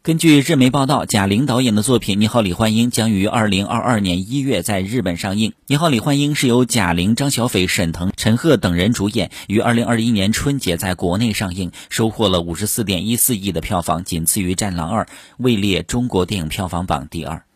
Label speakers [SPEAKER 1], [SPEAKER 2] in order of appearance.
[SPEAKER 1] 根据日媒报道，贾玲导演的作品《你好，李焕英》将于2022年1月在日本上映。《你好，李焕英》是由贾玲、张小斐、沈腾、陈赫等人主演，于2021年春节在国内上映，收获了54.14亿的票房，仅次于《战狼2》，位列中国电影票房榜第2。